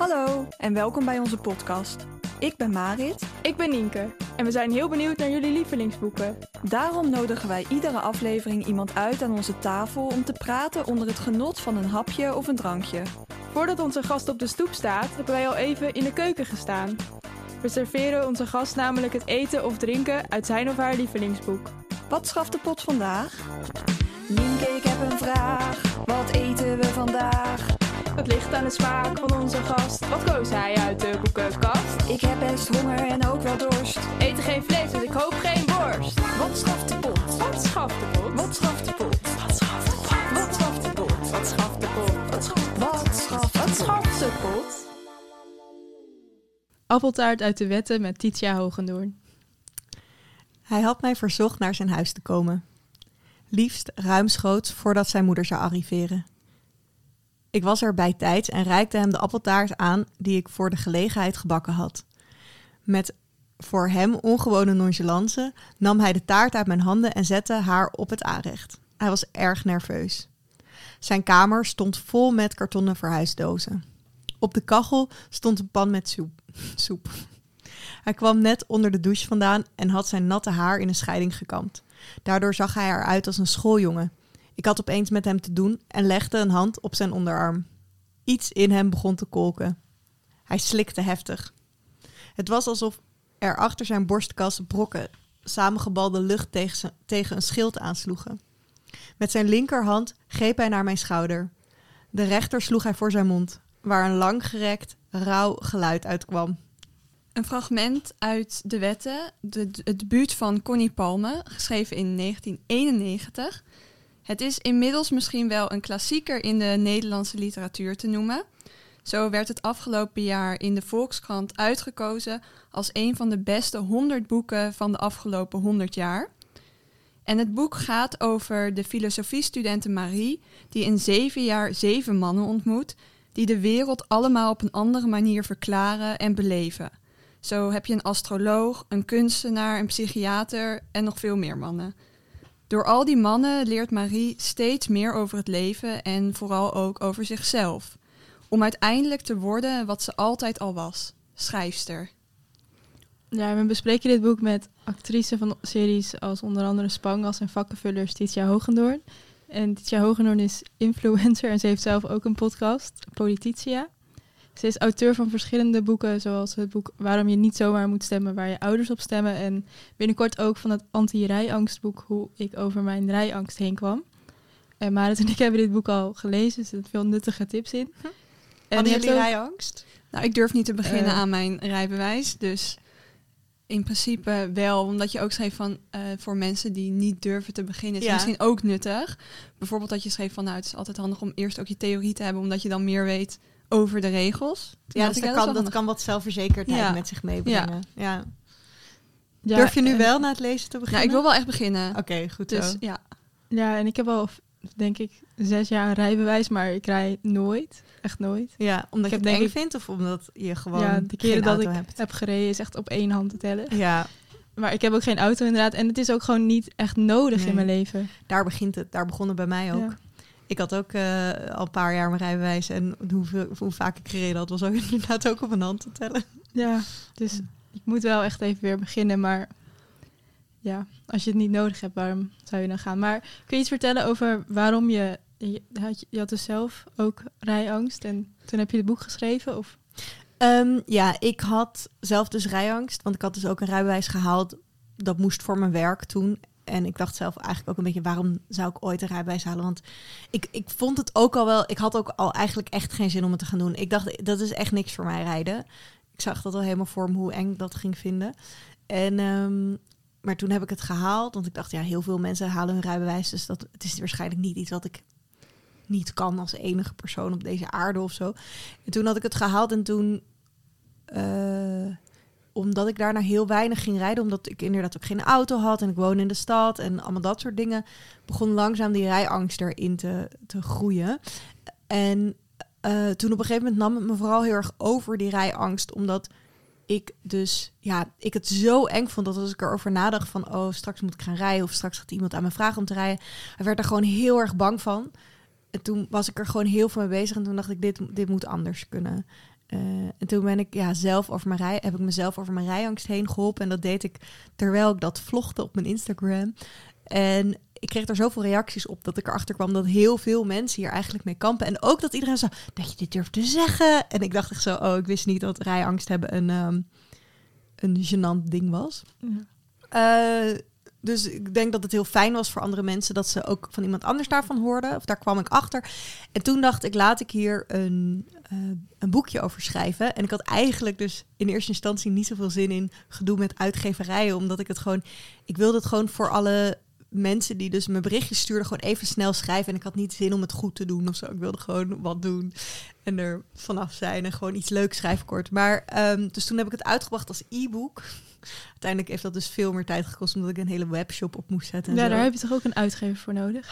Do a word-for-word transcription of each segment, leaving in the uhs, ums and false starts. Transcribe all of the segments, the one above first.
Hallo en welkom bij onze podcast. Ik ben Marit. Ik ben Nienke en we zijn heel benieuwd naar jullie lievelingsboeken. Daarom nodigen wij iedere aflevering iemand uit aan onze tafel om te praten onder het genot van een hapje of een drankje. Voordat onze gast op de stoep staat, hebben wij al even in de keuken gestaan. We serveren onze gast namelijk het eten of drinken uit zijn of haar lievelingsboek. Wat schaft de pot vandaag? Nienke, ik heb een vraag. Wat eten we vandaag? Het ligt aan de smaak van onze gast. Wat koos hij uit de boekenkast? Ik heb best honger en ook wel dorst. Eten geen vlees, dus ik hoop geen worst. Wat schaft de pot? Wat schaft de pot? Wat schaft de pot? Wat schaft de pot? Wat schaft de pot? Wat schaft de pot? Wat schaft Wat schaft Wat schaft de pot? Appeltaart uit de Wetten met Titia Hogendoorn. Hij had mij verzocht naar zijn huis te komen. Liefst ruimschoots voordat zijn moeder zou arriveren. Ik was er bij tijds en reikte hem de appeltaart aan die ik voor de gelegenheid gebakken had. Met voor hem ongewone nonchalance nam hij de taart uit mijn handen en zette haar op het aanrecht. Hij was erg nerveus. Zijn kamer stond vol met kartonnen verhuisdozen. Op de kachel stond een pan met soep. soep. Hij kwam net onder de douche vandaan en had zijn natte haar in een scheiding gekamd. Daardoor zag hij eruit als een schooljongen. Ik had opeens met hem te doen en legde een hand op zijn onderarm. Iets in hem begon te kolken. Hij slikte heftig. Het was alsof er achter zijn borstkas brokken samengebalde lucht tegen, zijn, tegen een schild aansloegen. Met zijn linkerhand greep hij naar mijn schouder. De rechter sloeg hij voor zijn mond, waar een langgerekt, rauw geluid uitkwam. Een fragment uit De Wetten, de, het debuut van Connie Palme, geschreven in negentien eenennegentig. Het is inmiddels misschien wel een klassieker in de Nederlandse literatuur te noemen. Zo werd het afgelopen jaar in de Volkskrant uitgekozen als een van de beste honderd boeken van de afgelopen honderd jaar. En het boek gaat over de filosofiestudente Marie, die in zeven jaar zeven mannen ontmoet, die de wereld allemaal op een andere manier verklaren en beleven. Zo heb je een astroloog, een kunstenaar, een psychiater en nog veel meer mannen. Door al die mannen leert Marie steeds meer over het leven en vooral ook over zichzelf. Om uiteindelijk te worden wat ze altijd al was, schrijfster. Ja, we bespreken dit boek met actrices van series als onder andere Spangas en vakkenvullers Titia Hogendoorn. En Titia Hogendoorn is influencer en ze heeft zelf ook een podcast, Polititia. Ze is auteur van verschillende boeken, zoals het boek Waarom je niet zomaar moet stemmen, waar je ouders op stemmen. En binnenkort ook van het anti-rijangstboek, Hoe ik over mijn rijangst heen kwam. En Marit en ik hebben dit boek al gelezen, er zitten veel nuttige tips in. Hm. En Hadden jullie ook rijangst? Nou, ik durf niet te beginnen Uh. aan mijn rijbewijs, dus in principe wel. Omdat je ook schreef van uh, voor mensen die niet durven te beginnen, is Ja. het misschien ook nuttig. Bijvoorbeeld dat je schreef van nou, het is altijd handig om eerst ook je theorie te hebben, omdat je dan meer weet over de regels. Toen Ja, dacht dus ik, dat, is kan, wel dat handig. kan wat zelfverzekerdheid Ja. met zich meebrengen. Ja. Ja, Durf je nu en- wel na het lezen te beginnen? Ja, ik wil wel echt beginnen. Oké, okay, goed Dus zo. ja. Ja, en ik heb al, denk ik, zes jaar een rijbewijs, maar ik rij nooit. Echt nooit. Ja, omdat Ik je heb het eng denk ik- vindt of omdat je gewoon ja, de keren geen dat auto ik hebt? heb gereden is echt op één hand te tellen. Ja, Maar ik heb ook geen auto inderdaad. En het is ook gewoon niet echt nodig Nee. in mijn leven. daar begint het. Daar begon het bij mij ook. Ja. Ik had ook uh, al een paar jaar mijn rijbewijs en hoeveel, hoe vaak ik gereden had, was ook inderdaad ook op een hand te tellen. Ja, dus ik moet wel echt even weer beginnen. Maar ja, als je het niet nodig hebt, waarom zou je dan gaan? Maar kun je iets vertellen over waarom je... Je had, je had dus zelf ook rijangst en toen heb je het boek geschreven? Of? Um, ja, ik had zelf dus rijangst, want ik had dus ook een rijbewijs gehaald. Dat moest voor mijn werk toen. En ik dacht zelf eigenlijk ook een beetje, waarom zou ik ooit een rijbewijs halen? Want ik, ik vond het ook al wel, ik had ook al eigenlijk echt geen zin om het te gaan doen. Ik dacht, dat is echt niks voor mij rijden. Ik zag dat al helemaal voor me, hoe eng ik dat ging vinden. En, um, maar toen heb ik het gehaald, want ik dacht, ja, heel veel mensen halen hun rijbewijs. Dus dat, het is waarschijnlijk niet iets wat ik niet kan als enige persoon op deze aarde of zo. En toen had ik het gehaald en toen... Uh, omdat ik daarna heel weinig ging rijden, omdat ik inderdaad ook geen auto had en ik woon in de stad en allemaal dat soort dingen, begon langzaam die rijangst erin te, te groeien. En uh, toen op een gegeven moment nam het me vooral heel erg over, die rijangst, omdat ik dus, ja, ik het zo eng vond dat als ik erover nadacht van, oh, straks moet ik gaan rijden of straks gaat iemand aan me vragen om te rijden. Ik werd er gewoon heel erg bang van. En toen was ik er gewoon heel veel mee bezig en toen dacht ik, dit, dit moet anders kunnen. uh, en toen ben ik ja, zelf over mijn rij, heb ik mezelf over mijn rijangst heen geholpen. En dat deed ik terwijl ik dat vlogde op mijn Instagram. En ik kreeg er zoveel reacties op dat ik erachter kwam dat heel veel mensen hier eigenlijk mee kampen. En ook dat iedereen zei, dat je dit durft te zeggen. En ik dacht echt zo, oh, ik wist niet dat rijangst hebben een, um, een gênant ding was. Ja. Uh, dus ik denk dat het heel fijn was voor andere mensen dat ze ook van iemand anders daarvan hoorden. Of daar kwam ik achter. En toen dacht ik, laat ik hier een, uh, een boekje over schrijven. En ik had eigenlijk dus in eerste instantie niet zoveel zin in gedoe met uitgeverijen. Omdat ik het gewoon, ik wilde het gewoon voor alle mensen die dus mijn berichtjes stuurden gewoon even snel schrijven. En ik had niet zin om het goed te doen of zo. Ik wilde gewoon wat doen en er vanaf zijn en gewoon iets leuks schrijven kort. Maar um, dus toen heb ik het uitgebracht als e-book. Uiteindelijk heeft dat dus veel meer tijd gekost omdat ik een hele webshop op moest zetten. En ja, zo. Daar heb je toch ook een uitgever voor nodig?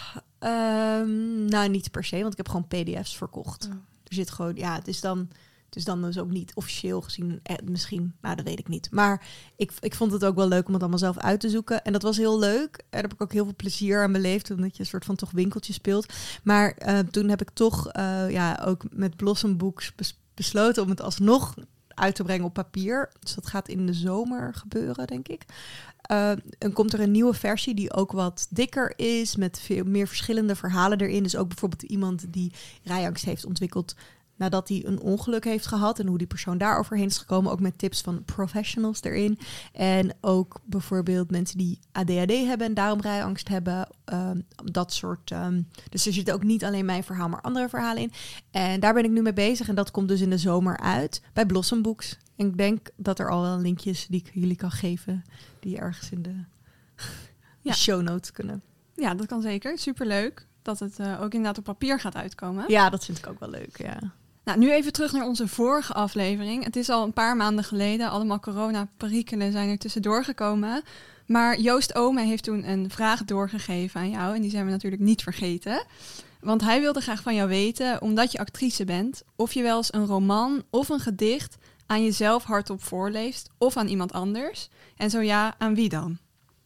Um, nou, niet per se, want ik heb gewoon P D F's verkocht. Oh. Er zit gewoon, ja, het is dan, het is dan dus ook niet officieel gezien, eh, misschien, nou, dat weet ik niet. Maar ik, ik vond het ook wel leuk om het allemaal zelf uit te zoeken. En dat was heel leuk. En daar heb ik ook heel veel plezier aan beleefd, omdat je een soort van toch winkeltje speelt. Maar uh, toen heb ik toch, uh, ja, ook met Blossom Books bes- besloten om het alsnog uit te brengen op papier. Dus dat gaat in de zomer gebeuren, denk ik. Uh, en komt er een nieuwe versie die ook wat dikker is, met veel meer verschillende verhalen erin. Dus ook bijvoorbeeld iemand die rijangst heeft ontwikkeld nadat hij een ongeluk heeft gehad en hoe die persoon daar overheen is gekomen. Ook met tips van professionals erin. En ook bijvoorbeeld mensen die A D H D hebben en daarom rijangst hebben. Um, dat soort. Um, dus er zit ook niet alleen mijn verhaal, maar andere verhalen in. En daar ben ik nu mee bezig. En dat komt dus in de zomer uit bij Blossom Books. En ik denk dat er al wel linkjes die ik jullie kan geven, die ergens in de Ja. show notes kunnen. Ja, dat kan zeker. Superleuk dat het uh, ook inderdaad op papier gaat uitkomen. Ja, dat vind ik ook wel leuk, ja. Nou, nu even terug naar onze vorige aflevering. Het is al een paar maanden geleden. Allemaal corona-perikelen zijn er tussendoor gekomen. Maar Joost Ome heeft toen een vraag doorgegeven aan jou. En die zijn we natuurlijk niet vergeten. Want hij wilde graag van jou weten, omdat je actrice bent, of je wel eens een roman of een gedicht aan jezelf hardop voorleest of aan iemand anders. En zo ja, aan wie dan?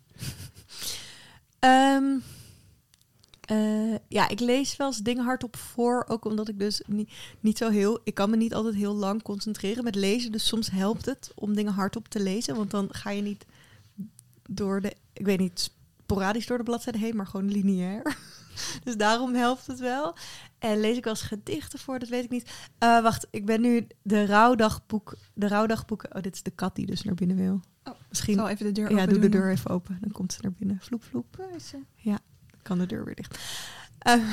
Um, uh, ja, ik lees wel eens dingen hardop voor, ook omdat ik dus niet, niet zo heel... Ik kan me niet altijd heel lang concentreren met lezen, dus soms helpt het om dingen hardop te lezen, want dan ga je niet door de... Ik weet niet, sporadisch door de bladzijde heen, maar gewoon lineair. Dus daarom helpt het wel. En lees ik wel eens gedichten voor, dat weet ik niet. Uh, wacht, ik ben nu de rouwdagboek... De rouwdagboeken... Oh, dit is de kat die dus naar binnen wil. Oh, Misschien... Ik zal even de deur Ja, open doe de doen. deur even open. Dan komt ze naar binnen. Vloep, vloep. Ja, kan de deur weer dicht. Uh,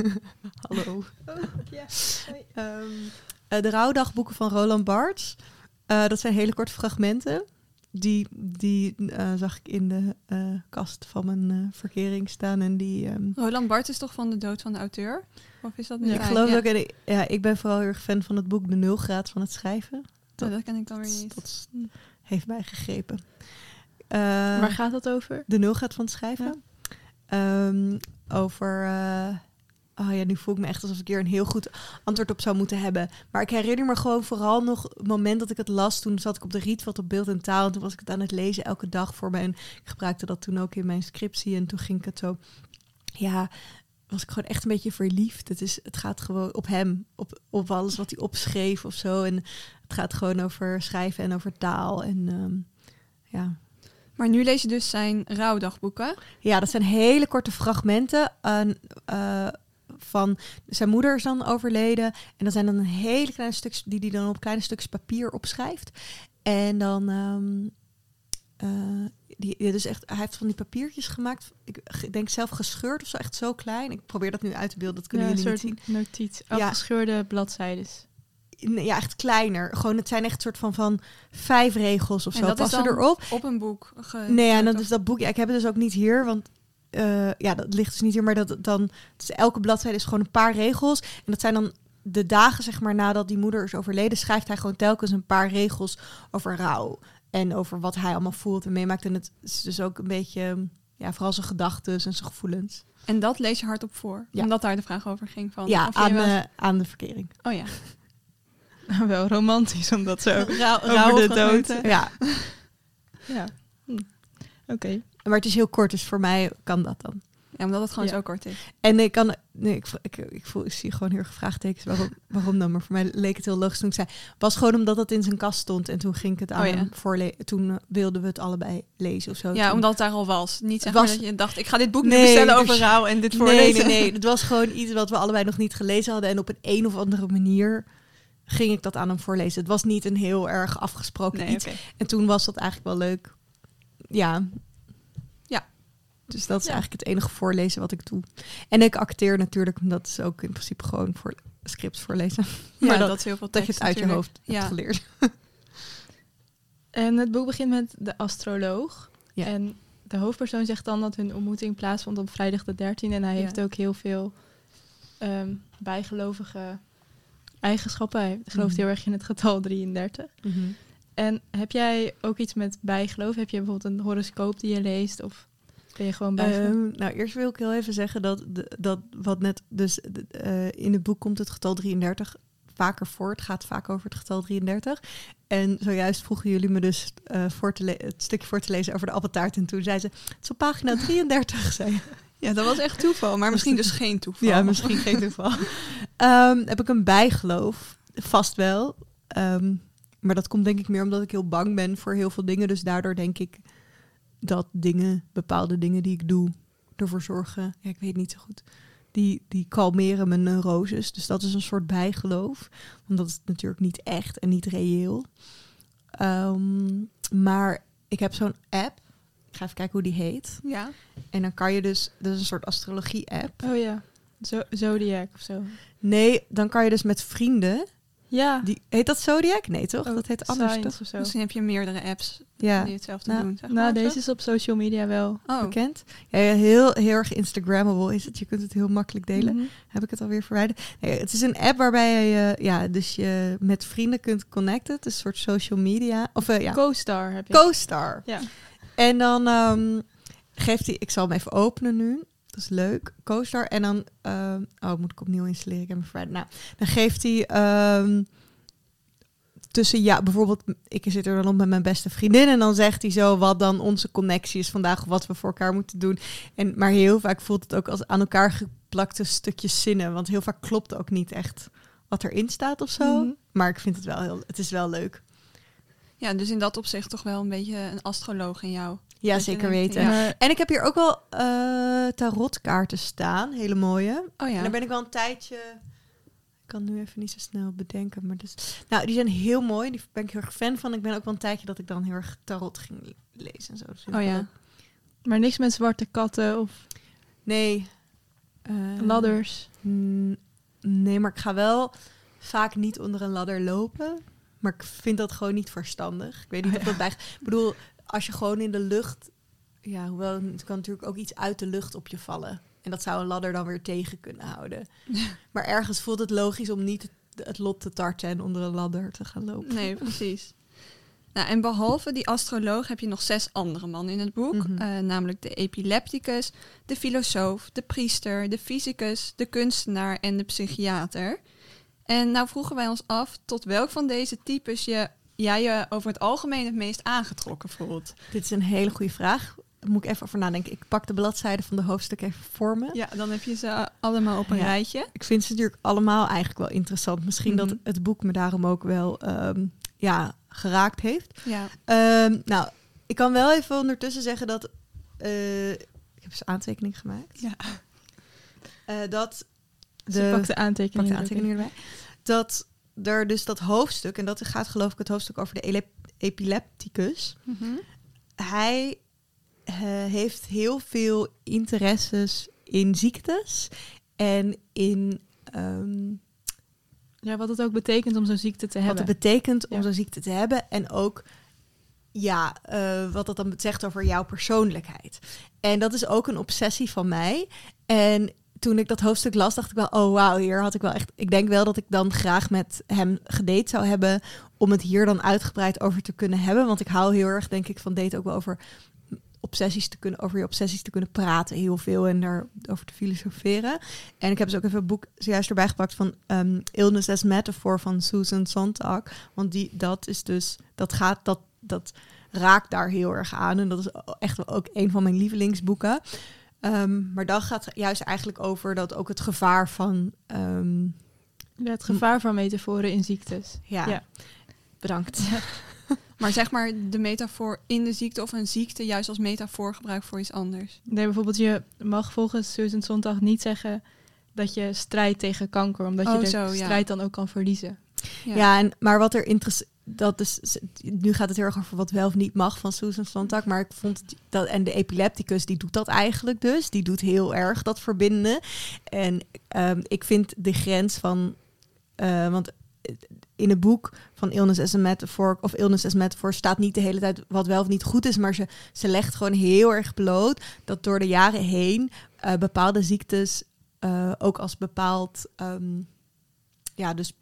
hallo. Oh, ja. Um, uh, de rouwdagboeken van Roland Barthes. Uh, dat zijn hele korte fragmenten. Die, die uh, zag ik in de uh, kast van mijn uh, verkering staan. En die, um... Roland Barthes is toch van de dood van de auteur? Of is dat niet? Ja, ik geloof ja. ook. En ik, ja, ik ben vooral heel erg fan van het boek De Nulgraad van het schrijven. Dat, oh, dat ken ik dan weer niet. Dat heeft mij gegrepen. Uh, Waar gaat dat over? De Nulgraad van het schrijven. Ja. Um, over... Uh, Oh ja, nu voel ik me echt alsof ik hier een heel goed antwoord op zou moeten hebben. Maar ik herinner me gewoon vooral nog het moment dat ik het las. Toen zat ik op de Rietveld op beeld en taal. En toen was ik het aan het lezen elke dag voor me. En ik gebruikte dat toen ook in mijn scriptie. En toen ging ik het zo... Ja, was ik gewoon echt een beetje verliefd. Het, is, het gaat gewoon op hem. Op, op alles wat hij opschreef of zo. En het gaat gewoon over schrijven en over taal. En um, ja... Maar nu lees je dus zijn rouwdagboeken. Ja, dat zijn hele korte fragmenten. Uh, uh, van zijn moeder is dan overleden. En dat zijn dan een hele kleine stukjes die hij dan op kleine stukjes papier opschrijft. En dan um, uh, die, ja, dus echt, hij heeft van die papiertjes gemaakt. Ik denk zelf gescheurd of zo, echt zo klein. Ik probeer dat nu uit te beelden, dat kunnen ja, jullie een niet soort zien. Notitie, afgescheurde ja. bladzijdes. Ja, echt kleiner. Gewoon, het zijn echt een soort van, van vijf regels of en zo. dat passen is dan erop. Op een boek. Ge- nee, ja, en dat is dat boek. Ja, ik heb het dus ook niet hier, want uh, ja, dat ligt dus niet hier. Maar dat dan, dus elke bladzijde is gewoon een paar regels. En dat zijn dan de dagen, zeg maar, nadat die moeder is overleden, schrijft hij gewoon telkens een paar regels over rouw en over wat hij allemaal voelt en meemaakt. En het is dus ook een beetje, ja, vooral zijn gedachten en zijn gevoelens. En dat lees je hardop voor, ja. omdat daar de vraag over ging van. Ja, of aan, wel... uh, aan de verkering. Oh ja. Wel romantisch, omdat zo Rauw, over de dood. Ja. Ja. Hm. Oké. Okay. Maar het is heel kort, dus voor mij kan dat dan. Ja, omdat het gewoon Ja. zo kort is. En ik kan, nee, ik, ik, ik, voel, ik zie gewoon heel erg vraagtekens. Waarom, waarom dan? Maar voor mij leek het heel logisch toen ik zei. Was gewoon omdat het in zijn kast stond en toen ging ik het aan Oh, ja. hem voorlezen. Toen uh, wilden we het allebei lezen of zo. Ja, toen... omdat het daar al was. Niet zeg Was- maar dat je dacht, ik ga dit boek nu Nee, bestellen dus- over rouw en dit Nee, voorlezen. nee, nee. Het was gewoon iets wat we allebei nog niet gelezen hadden. En op een een of andere manier ging ik dat aan hem voorlezen. Het was niet een heel erg afgesproken Nee, iets. oké. En toen was dat eigenlijk wel leuk. Ja. Ja. Dus dat is Ja. eigenlijk het enige voorlezen wat ik doe. En ik acteer natuurlijk, dat is ook in principe gewoon voor scripts voorlezen. Ja, Maar dat, dat, is heel veel dat je tekst het uit je natuurlijk. hoofd Ja. hebt geleerd. En het boek begint met de astroloog. Ja. En de hoofdpersoon zegt dan dat hun ontmoeting plaatsvond op vrijdag de dertiende. En hij Ja. heeft ook heel veel ehm, bijgelovige eigenschappen. Hij gelooft Mhm. heel erg in het getal drieëndertig. En heb jij ook iets met bijgeloof? Heb je bijvoorbeeld een horoscoop die je leest? Of ben je gewoon bijgeloof? Ehm, nou, eerst wil ik heel even zeggen dat, de, dat wat net... Dus de- eh, in het boek komt het getal drieëndertig vaker voor. Het gaat vaak over het getal drieëndertig. En zojuist vroegen jullie me dus eh, voor te le- het stukje voor te lezen over de appeltaart. En toen zei ze, het is op pagina drieëndertig, zei je. Ja, dat was echt toeval. Maar misschien dus geen toeval. Ja, misschien geen toeval. Ehm, heb ik een bijgeloof? Vast wel. Ehm, maar dat komt denk ik meer omdat ik heel bang ben voor heel veel dingen. Dus daardoor denk ik dat dingen, bepaalde dingen die ik doe, ervoor zorgen. Ja, ik weet niet zo goed. Die, die kalmeren mijn neuroses. Dus dat is een soort bijgeloof. Want dat is natuurlijk niet echt en niet reëel. Ehm, maar ik heb zo'n app. Ik ga even kijken hoe die heet. Ja. En dan kan je dus... Dat is een soort astrologie-app. Oh ja, Zo- Zodiac of zo. Nee, dan kan je dus met vrienden... Ja, Die, heet dat Zodiac? Nee, toch? Oh, dat heet anders, Science toch? of zo. Misschien heb je meerdere apps Ja, die hetzelfde Nou, doen. Zeg Nou, maar, deze zo. is op social media wel. Oh. bekend. Ja, ja, heel, heel erg Instagrammable is het. Je kunt het heel makkelijk delen. Mhm. Heb ik het alweer verwijderd? Nee, het is een app waarbij je, ja, dus je met vrienden kunt connecten. Het is een soort social media. Of uh, ja, Co-Star heb je. Co-Star. Ja. En dan um, geeft hij... Ik zal hem even openen nu. Dat is leuk. Co-Star. En dan... Um, oh, moet ik opnieuw installeren? Ik heb hem verwijderd. Nou, dan geeft hij... Um, tussen ja, bijvoorbeeld, ik zit er dan op met mijn beste vriendin en dan zegt hij zo wat dan onze connectie is vandaag of wat we voor elkaar moeten doen. En maar heel vaak voelt het ook als aan elkaar geplakte stukjes zinnen, want heel vaak klopt ook niet echt wat erin staat of zo. Mhm. Maar ik vind het wel heel, het is wel leuk. Ja, dus in dat opzicht toch wel een beetje een astroloog in jou. Ja, Dat je zeker denkt, weten. ja. Maar En ik heb hier ook wel uh, tarotkaarten staan, hele mooie. Oh ja. En daar ben ik wel een tijdje... Ik kan nu even niet zo snel bedenken, maar dus... Nou, die zijn heel mooi. Die ben ik heel erg fan van. Ik ben ook wel een tijdje dat ik dan heel erg tarot ging lezen en zo. Dus Oh ja. Maar niks met zwarte katten of Nee. Uh, ladders. n- nee, maar ik ga wel vaak niet onder een ladder lopen. Maar ik vind dat gewoon niet verstandig. Ik weet niet Oh of dat bij... Ik bedoel, als je gewoon in de lucht... Ja, hoewel het kan natuurlijk ook iets uit de lucht op je vallen. En dat zou een ladder dan weer tegen kunnen houden. Maar ergens voelt het logisch om niet het, het lot te tarten en onder een ladder te gaan lopen. Nee, precies. Nou, en behalve die astroloog heb je nog zes andere mannen in het boek. Mhm. Uh, namelijk de epilepticus, de filosoof, de priester, de fysicus, de kunstenaar en de psychiater. En nou vroegen wij ons af tot welk van deze types je, jij je over het algemeen het meest aangetrokken voelt. Dit is een hele goede vraag. Daar moet ik even over nadenken. Ik pak de bladzijden van de hoofdstuk even voor me. Ja, dan heb je ze allemaal op een Ja. rijtje. Ik vind ze natuurlijk allemaal eigenlijk wel interessant. Misschien Mhm. dat het boek me daarom ook wel um, ja, geraakt heeft. Ja. Um, nou, ik kan wel even ondertussen zeggen dat... Uh, ik heb eens aantekening gemaakt. Ja. Uh, dat de, Ze pakt de aantekeningen. pak de aantekeningen erbij. Dat er dus dat hoofdstuk... En dat gaat geloof ik het hoofdstuk over de ele- epilepticus. Mm-hmm. Hij uh, heeft heel veel interesses in ziektes en in um, Ja, wat het ook betekent om zo'n ziekte te wat hebben. het betekent om Ja. zo'n ziekte te hebben en ook ja, uh, wat dat dan zegt over jouw persoonlijkheid. En dat is ook een obsessie van mij. En toen ik dat hoofdstuk las, dacht ik wel, oh wauw, hier had ik wel echt... Ik denk wel dat ik dan graag met hem gedate zou hebben om het hier dan uitgebreid over te kunnen hebben. Want ik hou heel erg, denk ik, van date ook wel over obsessies te kunnen, over je obsessies te kunnen praten, heel veel en daarover te filosoferen. En ik heb dus ook even een boek zojuist erbij gepakt van um, Illness as Metaphor van Susan Sontag. Want die, dat is dus, dat gaat, dat, dat raakt daar heel erg aan. En dat is echt wel ook een van mijn lievelingsboeken. Um, maar dan gaat het juist eigenlijk over dat ook het gevaar van... Um, ja, het gevaar van metaforen in ziektes. Ja, ja. bedankt. Maar zeg maar de metafoor in de ziekte of een ziekte juist als metafoor gebruikt voor iets anders. Nee, bijvoorbeeld je mag volgens Susan Sontag niet zeggen dat je strijdt tegen kanker, omdat Oh, je de zo, ja. strijd dan ook kan verliezen. Ja, ja en, maar wat er interessant... Dat is, nu gaat het heel erg over wat wel of niet mag van Susan Sontag. Maar ik vond het, dat, en de epilepticus die doet dat eigenlijk dus. Die doet heel erg dat verbinden. En um, ik vind de grens van... Uh, want in het boek van Illness as a Metaphor... of Illness as Metaphor staat niet de hele tijd wat wel of niet goed is. Maar ze, ze legt gewoon heel erg bloot dat door de jaren heen... Uh, bepaalde ziektes uh, ook als bepaald... Um, ja, dus...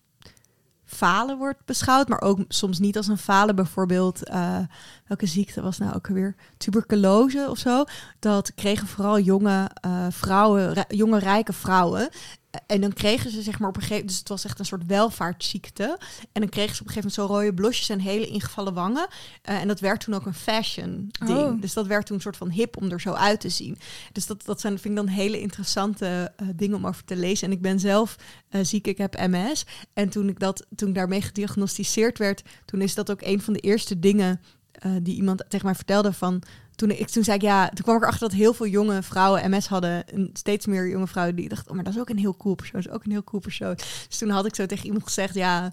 falen wordt beschouwd, maar ook soms niet als een falen. Bijvoorbeeld, uh, welke ziekte was nou ook alweer? Tuberculose of zo. Dat kregen vooral jonge uh, vrouwen, r- jonge rijke vrouwen. En dan kregen ze zeg maar op een gegeven moment... Dus het was echt een soort welvaartsziekte. En dan kregen ze op een gegeven moment zo rode blosjes en hele ingevallen wangen. Uh, en dat werd toen ook een fashion ding. Oh. Dus dat werd toen een soort van hip om er zo uit te zien. Dus dat, dat zijn, vind ik dan hele interessante uh, dingen om over te lezen. En ik ben zelf uh, ziek, ik heb M S. En toen ik, dat, toen ik daarmee gediagnosticeerd werd... toen is dat ook een van de eerste dingen uh, die iemand tegen mij vertelde van... Toen, ik, toen zei ik ja, toen kwam ik erachter dat heel veel jonge vrouwen M S hadden. En steeds meer jonge vrouwen die dachten, oh, maar dat is ook een heel cool persoon. Dat is ook een heel cool persoon. Dus toen had ik zo tegen iemand gezegd, ja,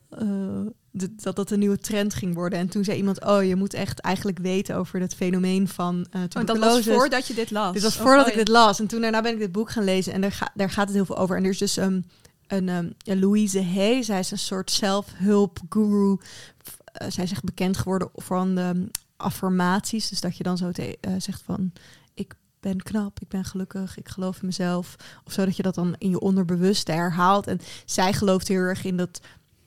uh, d- dat dat een nieuwe trend ging worden. En toen zei iemand, oh, je moet echt eigenlijk weten over het fenomeen van uh, tuberculose. Oh, dat was voordat je dit las? Dit was Of, voordat oh, ik dit las. En toen daarna ben ik dit boek gaan lezen. En daar, ga, daar gaat het heel veel over. En er is dus um, een um, ja, Louise Hay. Zij is een soort zelfhulp guru. Uh, zij is echt bekend geworden van de affirmaties. Dus dat je dan zo te, uh, zegt van... ik ben knap, ik ben gelukkig, ik geloof in mezelf. Of zo dat je dat dan in je onderbewuste herhaalt. En zij gelooft heel erg in dat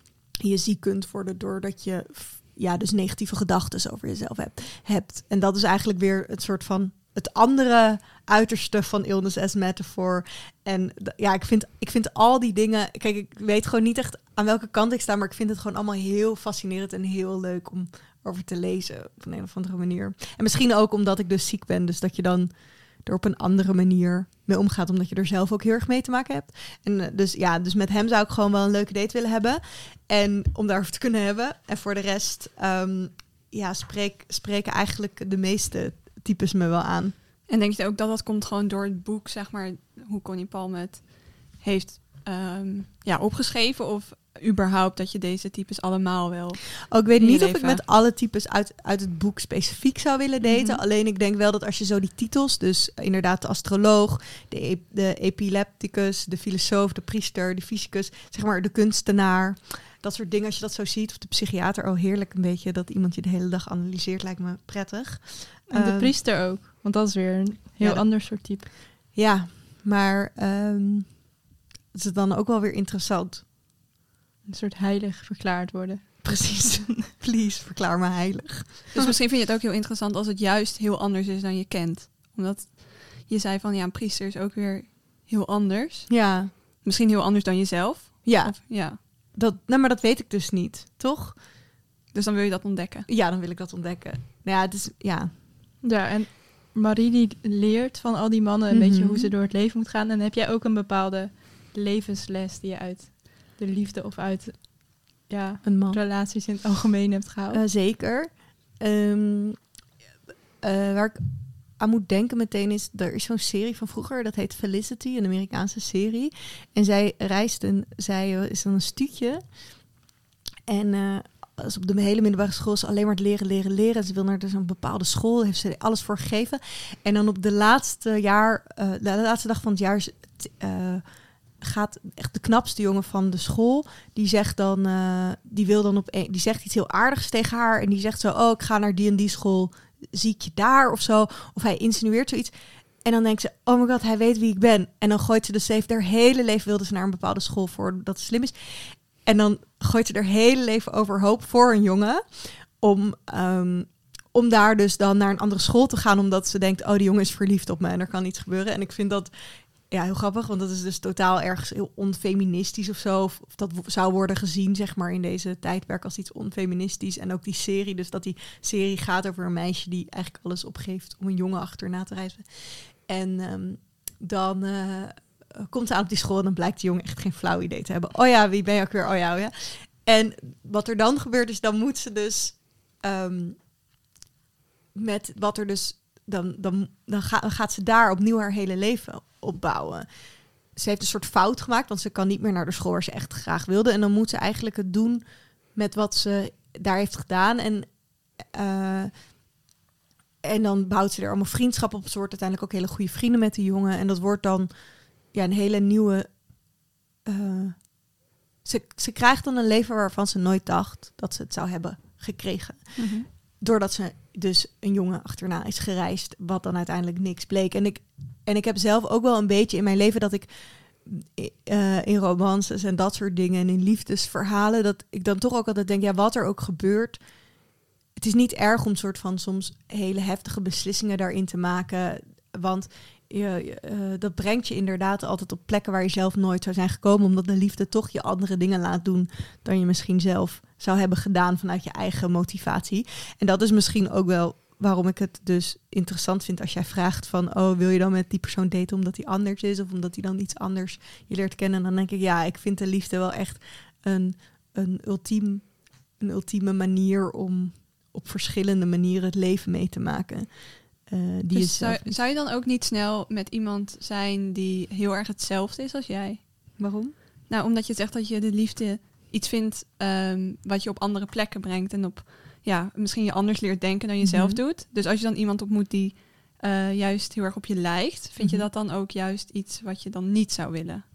je ziek kunt worden... doordat je ja, dus negatieve gedachten over jezelf hebt, hebt. En dat is eigenlijk weer het soort van... het andere uiterste van Illness as Metaphor. En ja, ik vind, ik vind al die dingen... Kijk, ik weet gewoon niet echt aan welke kant ik sta... maar ik vind het gewoon allemaal heel fascinerend en heel leuk om over te lezen op een, een of andere manier. En misschien ook omdat ik dus ziek ben. Dus dat je dan er op een andere manier mee omgaat... omdat je er zelf ook heel erg mee te maken hebt. En uh, dus ja, dus met hem zou ik gewoon wel een leuke date willen hebben. En om daarover te kunnen hebben. En voor de rest... Um, ja, spreek, spreken eigenlijk de meeste types me wel aan. En denk je ook dat dat komt gewoon door het boek, zeg maar, hoe Connie Palme het heeft um, ja, opgeschreven? Of überhaupt dat je deze types allemaal wel... Oh, ik weet niet leven. of ik met alle types uit, uit het boek specifiek zou willen daten. Mm-hmm. Alleen ik denk wel dat als je zo die titels, dus inderdaad de astroloog, de, e- de epilepticus, de filosoof, de priester, de fysicus, zeg maar de kunstenaar... Dat soort dingen, als je dat zo ziet. Of de psychiater, oh heerlijk een beetje dat iemand je de hele dag analyseert, lijkt me prettig. En de um, priester ook, want dat is weer een heel ja, ander soort type. Ja, maar um, het is dan ook wel weer interessant. Een soort heilig verklaard worden. Precies. Please, verklaar me heilig. Dus misschien vind je het ook heel interessant als het juist heel anders is dan je kent. Omdat je zei van, ja, een priester is ook weer heel anders. Ja. Misschien heel anders dan jezelf. Ja. Of, ja. Dat, nou, maar dat weet ik dus niet, toch? Dus dan wil je dat ontdekken? Ja, dan wil ik dat ontdekken. Nou ja, het is, ja. Ja, en Marie die leert van al die mannen een mm-hmm. beetje hoe ze door het leven moet gaan. En dan heb jij ook een bepaalde levensles die je uit de liefde of uit ja, een man. relaties in het algemeen hebt gehaald. Uh, zeker. Um, uh, waar ik aan moet denken meteen is, er is zo'n serie van vroeger, dat heet Felicity, een Amerikaanse serie. En zij reist een, zij is dan een stuutje. En uh, als op de hele middelbare school is ze alleen maar het leren, leren, leren. Ze wil naar dus een bepaalde school, heeft ze er alles voor gegeven. En dan op de laatste jaar, uh, de laatste dag van het jaar, uh, gaat echt de knapste jongen van de school, die zegt dan, uh, die wil dan op, een, die zegt iets heel aardigs tegen haar en die zegt zo, oh, ik ga naar die en die school. Zie ik je daar of zo? Of hij insinueert zoiets. En dan denkt ze, oh my god, hij weet wie ik ben. En dan gooit ze dus, heeft haar hele leven wilde ze naar een bepaalde school voor dat het slim is. En dan gooit ze haar hele leven overhoop voor een jongen. Om, um, om daar dus dan naar een andere school te gaan. Omdat ze denkt, oh, die jongen is verliefd op me en er kan iets gebeuren. En ik vind dat ja, heel grappig, want dat is dus totaal ergens heel onfeministisch of zo. Of, of dat w- zou worden gezien, zeg maar, in deze tijdperk als iets onfeministisch. En ook die serie, dus dat die serie gaat over een meisje die eigenlijk alles opgeeft om een jongen achterna te reizen. En um, dan uh, komt ze aan op die school en dan blijkt die jongen echt geen flauw idee te hebben. Oh ja, wie ben je ook weer? Oh ja, oh ja. En wat er dan gebeurt is, dan moet ze dus um, met wat er dus, dan, dan, dan, ga, dan gaat ze daar opnieuw haar hele leven opbouwen. Ze heeft een soort fout gemaakt, want ze kan niet meer naar de school waar ze echt graag wilde. En dan moet ze eigenlijk het doen met wat ze daar heeft gedaan. En, uh, en dan bouwt ze er allemaal vriendschap op. Ze wordt uiteindelijk ook hele goede vrienden met die jongen. En dat wordt dan ja, een hele nieuwe... Uh, ze, ze krijgt dan een leven waarvan ze nooit dacht dat ze het zou hebben gekregen. Mm-hmm. Doordat ze dus een jongen achterna is gereisd, wat dan uiteindelijk niks bleek. En ik, en ik heb zelf ook wel een beetje in mijn leven dat ik uh, in romances en dat soort dingen en in liefdesverhalen, dat ik dan toch ook altijd denk, ja, wat er ook gebeurt, het is niet erg om soort van soms hele heftige beslissingen daarin te maken, want je, uh, dat brengt je inderdaad altijd op plekken waar je zelf nooit zou zijn gekomen, omdat de liefde toch je andere dingen laat doen dan je misschien zelf zou hebben gedaan vanuit je eigen motivatie. En dat is misschien ook wel waarom ik het dus interessant vind als jij vraagt van, oh, wil je dan met die persoon daten omdat hij anders is of omdat hij dan iets anders je leert kennen? En dan denk ik, ja, ik vind de liefde wel echt een, een, ultiem, een ultieme manier om op verschillende manieren het leven mee te maken. Uh, die dus is zou, zou je dan ook niet snel met iemand zijn die heel erg hetzelfde is als jij? Waarom? Nou, omdat je zegt dat je de liefde iets vindt um, wat je op andere plekken brengt en op, ja, misschien je anders leert denken dan je mm-hmm. zelf doet. Dus als je dan iemand ontmoet die uh, juist heel erg op je lijkt, vind mm-hmm. je dat dan ook juist iets wat je dan niet zou willen?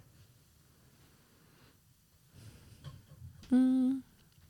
Mm.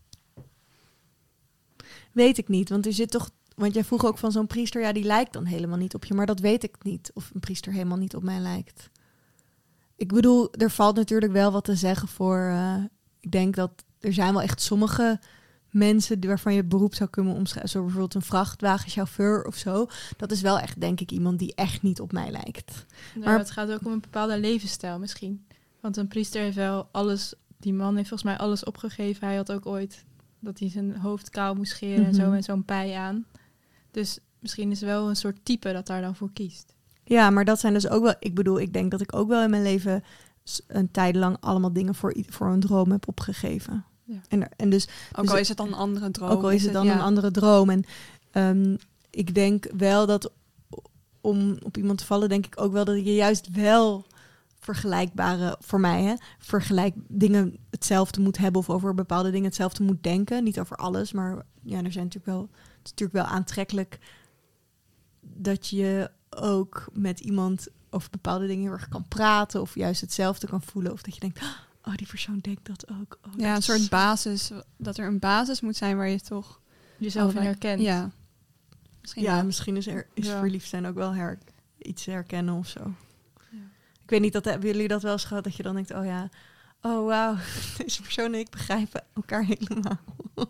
Weet ik niet, want er zit toch, want jij vroeg ook van zo'n priester, ja, die lijkt dan helemaal niet op je, maar dat weet ik niet, of een priester helemaal niet op mij lijkt. Ik bedoel, er valt natuurlijk wel wat te zeggen voor, uh, ik denk dat er zijn wel echt sommige mensen waarvan je het beroep zou kunnen omschrijven, zoals bijvoorbeeld een vrachtwagenchauffeur of zo. Dat is wel echt, denk ik, iemand die echt niet op mij lijkt. Nou, maar het gaat ook om een bepaalde levensstijl misschien. Want een priester heeft wel alles, die man heeft volgens mij alles opgegeven. Hij had ook ooit dat hij zijn hoofd kaal moest scheren mm-hmm. en zo met zo'n pij aan. Dus misschien is wel een soort type dat daar dan voor kiest. Ja, maar dat zijn dus ook wel, ik bedoel, ik denk dat ik ook wel in mijn leven een tijd lang allemaal dingen voor, voor een droom heb opgegeven. Ja. En, en dus, ook dus, al is het dan een andere droom. Ook al is, is het dan het, een ja. andere droom. En um, ik denk wel dat om op iemand te vallen, denk ik ook wel dat je juist wel vergelijkbare, voor mij, hè, vergelijk dingen hetzelfde moet hebben of over bepaalde dingen hetzelfde moet denken. Niet over alles, maar ja, er zijn natuurlijk wel, het is natuurlijk wel aantrekkelijk dat je ook met iemand over bepaalde dingen heel erg kan praten of juist hetzelfde kan voelen. Of dat je denkt, oh, die persoon denkt dat ook. Oh, ja, dat een soort is... basis. Dat er een basis moet zijn waar je toch jezelf in herkent. Ja, misschien, ja, misschien is, er, is ja. verliefd zijn ook wel her, iets herkennen of zo. Ja. Ik weet niet, dat hebben jullie dat wel eens gehad, dat je dan denkt, oh ja, oh wauw, deze persoon en ik begrijpen elkaar helemaal.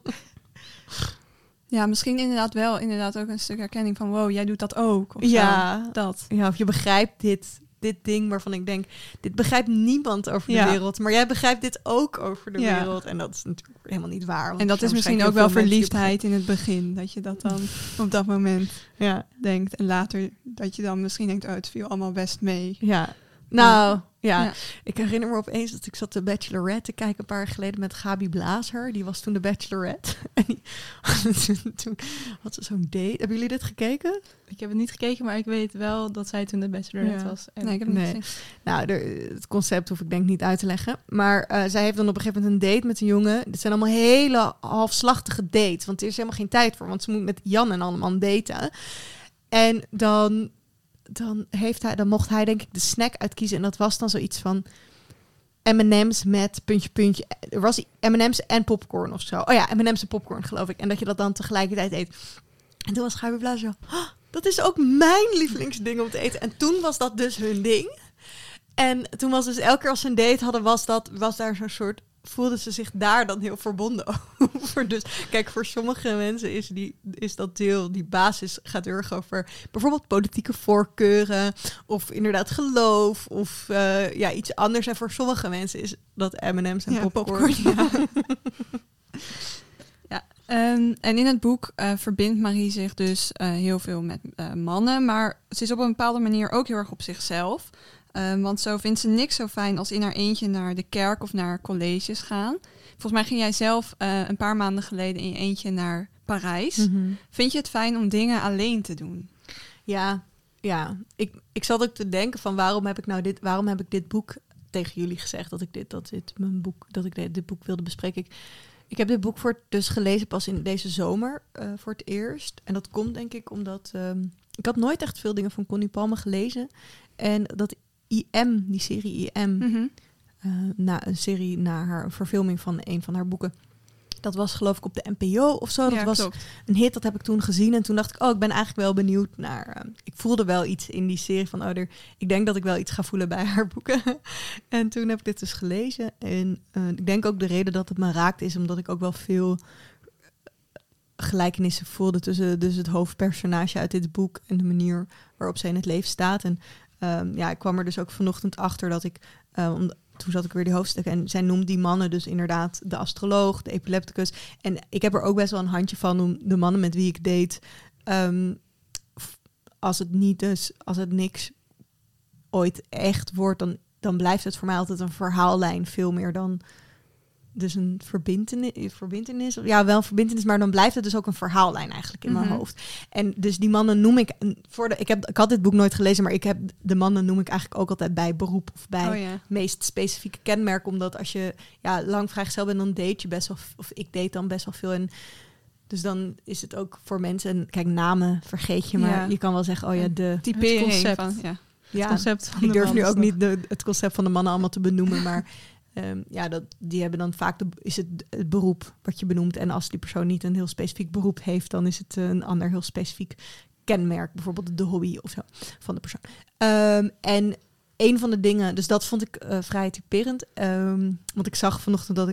Ja, misschien inderdaad wel inderdaad ook een stuk herkenning van, wow, jij doet dat ook. Of ja, zo. Dat. Ja, of je begrijpt dit, dit ding waarvan ik denk, dit begrijpt niemand over de ja. wereld, maar jij begrijpt dit ook over de ja. wereld. En dat is natuurlijk helemaal niet waar. En dat is misschien ook wel verliefdheid in het begin, dat je dat dan op dat moment ja. denkt. En later dat je dan misschien denkt, oh, het viel allemaal best mee. Ja. Nou, ja. ja. Ik herinner me opeens dat ik zat de Bachelorette te kijken een paar jaar geleden met Gabi Blazer. Die was toen de Bachelorette. En die, toen, toen had ze zo'n date. Hebben jullie dit gekeken? Ik heb het niet gekeken, maar ik weet wel dat zij toen de Bachelorette ja. was. En nee, ik heb het nee. niet gezien. Nou, de, het concept hoef ik denk niet uit te leggen. Maar uh, zij heeft dan op een gegeven moment een date met een jongen. Dit zijn allemaal hele halfslachtige dates. Want er is helemaal geen tijd voor. Want ze moet met Jan en allemaal daten. En dan... Dan, heeft hij, dan mocht hij denk ik de snack uitkiezen. En dat was dan zoiets van M en M's met puntje, puntje. Er was M en M's en popcorn of zo. Oh ja, M en M's en popcorn geloof ik. En dat je dat dan tegelijkertijd eet. En toen was Gabi Blazer zo, oh, dat is ook mijn lievelingsding om te eten. En toen was dat dus hun ding. En toen was dus elke keer als ze een date hadden, was, dat, was daar zo'n soort... voelden ze zich daar dan heel verbonden over. Dus kijk, voor sommige mensen is, die, is dat deel, die basis gaat heel erg over bijvoorbeeld politieke voorkeuren of inderdaad geloof of uh, ja, iets anders. En voor sommige mensen is dat M en M's en ja, popcorn. popcorn ja. ja, Um, en in het boek uh, verbindt Marie zich dus uh, heel veel met uh, mannen. Maar ze is op een bepaalde manier ook heel erg op zichzelf. Um, want zo vindt ze niks zo fijn als in haar eentje naar de kerk of naar colleges gaan. Volgens mij ging jij zelf uh, een paar maanden geleden in je eentje naar Parijs. Mm-hmm. Vind je het fijn om dingen alleen te doen? Ja, ja. Ik, ik zat ook te denken van waarom heb ik nou dit, waarom heb ik dit boek tegen jullie gezegd dat ik dit, dat dit mijn boek, dat ik dit, dit boek wilde bespreken. Ik, ik heb dit boek voor het, dus gelezen pas in deze zomer uh, voor het eerst. En dat komt denk ik omdat um, ik had nooit echt veel dingen van Connie Palme gelezen. En dat I M, die serie I M, Mm-hmm. uh, na een serie na haar verfilming van een van haar boeken. Dat was geloof ik op de N P O of zo. Dat Ja, was klopt. een hit, dat heb ik toen gezien. En toen dacht ik, oh, ik ben eigenlijk wel benieuwd naar... Uh, ik voelde wel iets in die serie van... oh, er, ik denk dat ik wel iets ga voelen bij haar boeken. En toen heb ik dit dus gelezen. En uh, ik denk ook de reden dat het me raakt is... omdat ik ook wel veel gelijkenissen voelde... tussen dus het hoofdpersonage uit dit boek... en de manier waarop zij in het leven staat. En um, ja, ik kwam er dus ook vanochtend achter dat ik... Uh, om, toen zat ik weer die hoofdstukken en zij noemt die mannen dus inderdaad de astroloog, de epilepticus. En ik heb er ook best wel een handje van om de mannen met wie ik date. Um, als het niet dus, als het niks ooit echt wordt, dan, dan blijft het voor mij altijd een verhaallijn veel meer dan dus een verbintenis. verbintenis. Ja, wel een verbintenis, maar dan blijft het dus ook een verhaallijn eigenlijk in Mm-hmm. mijn hoofd. En dus die mannen noem ik... Voor de, ik, heb, ik had dit boek nooit gelezen, maar ik heb de mannen noem ik eigenlijk ook altijd bij beroep of bij Oh, ja. meest specifieke kenmerk. Omdat als je ja, lang vrijgezel bent, dan date je best wel... Of ik date dan best wel veel. En dus dan is het ook voor mensen... En kijk, namen vergeet je, maar Ja. je kan wel zeggen... Oh ja, de... Typering concept. van, ja. Het Ja, concept van ik de durf man nu is ook nog- niet de, het concept van de mannen allemaal te benoemen, maar um, ja, dat, die hebben dan vaak de, is het het beroep wat je benoemt. En als die persoon niet een heel specifiek beroep heeft, dan is het een ander heel specifiek kenmerk, bijvoorbeeld de hobby of zo van de persoon. Um, en een van de dingen, dus dat vond ik uh, vrij typerend, um, want ik zag vanochtend dat ik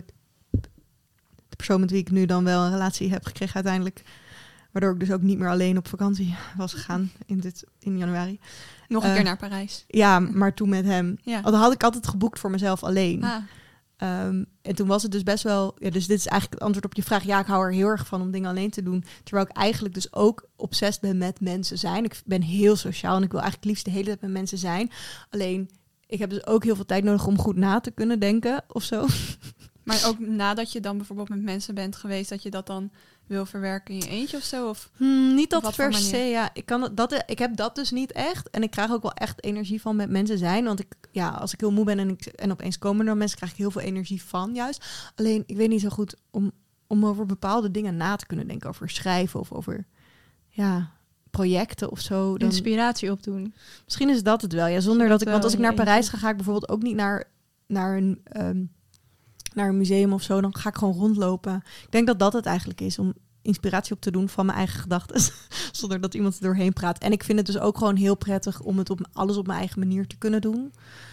de persoon met wie ik nu dan wel een relatie heb gekregen uiteindelijk, waardoor ik dus ook niet meer alleen op vakantie was gegaan in, dit, in januari. Nog een Uh, keer naar Parijs. Ja, maar toen met hem. Ja. Dat had ik altijd geboekt voor mezelf alleen. Ah, Um, en toen was het dus best wel... Ja, dus dit is eigenlijk het antwoord op je vraag. Ja, ik hou er heel erg van om dingen alleen te doen. Terwijl ik eigenlijk dus ook obsessief ben met mensen zijn. Ik ben heel sociaal en ik wil eigenlijk liefst de hele tijd met mensen zijn. Alleen, ik heb dus ook heel veel tijd nodig om goed na te kunnen denken of zo. maar ook nadat je dan bijvoorbeeld met mensen bent geweest, dat je dat dan wil verwerken in je eentje of zo? Of? Hmm, niet dat Op wat voor per se, manier? ja. Ik, kan dat, dat, ik heb dat dus niet echt. En ik krijg ook wel echt energie van met mensen zijn. Want ik, ja, als ik heel moe ben en, ik, en opeens komen er dan mensen, krijg ik heel veel energie van juist. Alleen, ik weet niet zo goed om, om over bepaalde dingen na te kunnen denken. Over schrijven of over ja, projecten of zo. Dan, Inspiratie opdoen. misschien is dat het wel. Ja, zonder dat ik, wel want als ik in je naar Parijs eentje. ga, ga ik bijvoorbeeld ook niet naar, naar, een, um, naar een museum of zo. Dan ga ik gewoon rondlopen. Ik denk dat dat het eigenlijk is, om inspiratie op te doen van mijn eigen gedachten. Zonder dat iemand er doorheen praat. En ik vind het dus ook gewoon heel prettig om het op alles op mijn eigen manier te kunnen doen.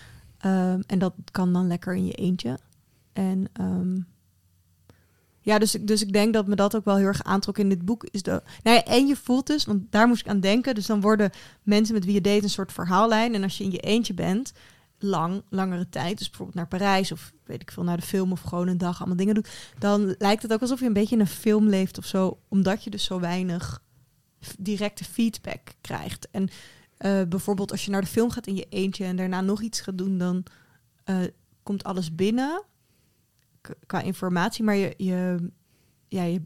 Um, en dat kan dan lekker in je eentje. En um, ja, dus, dus ik denk dat me dat ook wel heel erg aantrok in dit boek. Is de, nou ja, en je voelt dus, want daar moest ik aan denken. Dus dan worden mensen met wie je date een soort verhaallijn. En als je in je eentje bent, lang, langere tijd, dus bijvoorbeeld naar Parijs of weet ik veel, naar de film of gewoon een dag allemaal dingen doet, dan lijkt het ook alsof je een beetje in een film leeft of zo, omdat je dus zo weinig f- directe feedback krijgt. En uh, bijvoorbeeld als je naar de film gaat in je eentje en daarna nog iets gaat doen, dan uh, komt alles binnen k- qua informatie, maar je, je, ja, je,